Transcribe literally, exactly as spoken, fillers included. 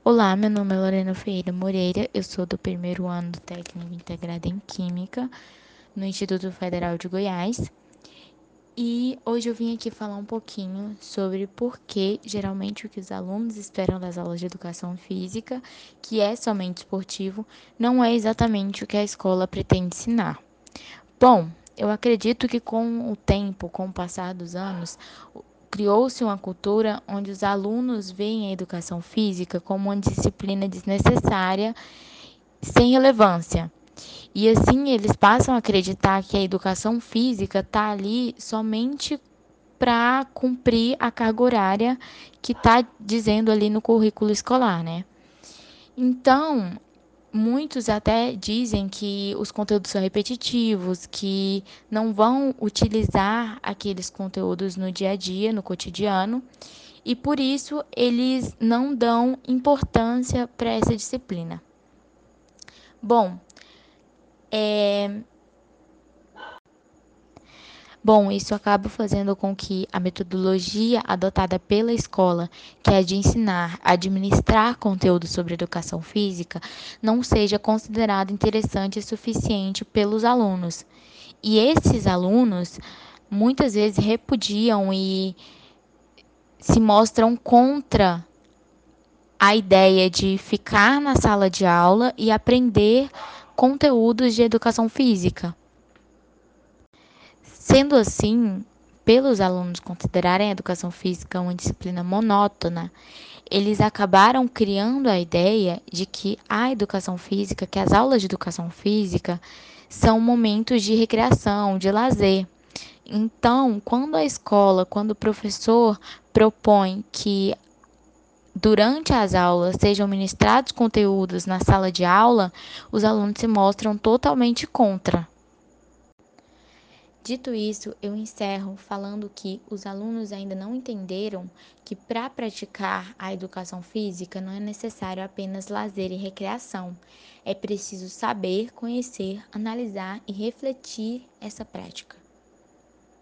Olá, meu nome é Lorena Ferreira Moreira, eu sou do primeiro ano do técnico integrado em Química no Instituto Federal de Goiás e hoje eu vim aqui falar um pouquinho sobre por que geralmente o que os alunos esperam das aulas de educação física, que é somente esportivo, não é exatamente o que a escola pretende ensinar. Bom, eu acredito que com o tempo, com o passar dos anos, criou-se uma cultura onde os alunos veem a educação física como uma disciplina desnecessária, sem relevância. E assim eles passam a acreditar que a educação física está ali somente para cumprir a carga horária que está dizendo ali no currículo escolar, né? Então, muitos até dizem que os conteúdos são repetitivos, que não vão utilizar aqueles conteúdos no dia a dia, no cotidiano, e por isso eles não dão importância para essa disciplina. Bom, é, Bom, isso acaba fazendo com que a metodologia adotada pela escola, que é a de ensinar a administrar conteúdo sobre educação física, não seja considerada interessante o suficiente pelos alunos. E esses alunos muitas vezes repudiam e se mostram contra a ideia de ficar na sala de aula e aprender conteúdos de educação física. Sendo assim, pelos alunos considerarem a educação física uma disciplina monótona, eles acabaram criando a ideia de que a educação física, que as aulas de educação física são momentos de recreação, de lazer. Então, quando a escola, quando o professor propõe que durante as aulas sejam ministrados conteúdos na sala de aula, os alunos se mostram totalmente contra. Dito isso, eu encerro falando que os alunos ainda não entenderam que para praticar a educação física não é necessário apenas lazer e recreação. É preciso saber, conhecer, analisar e refletir essa prática.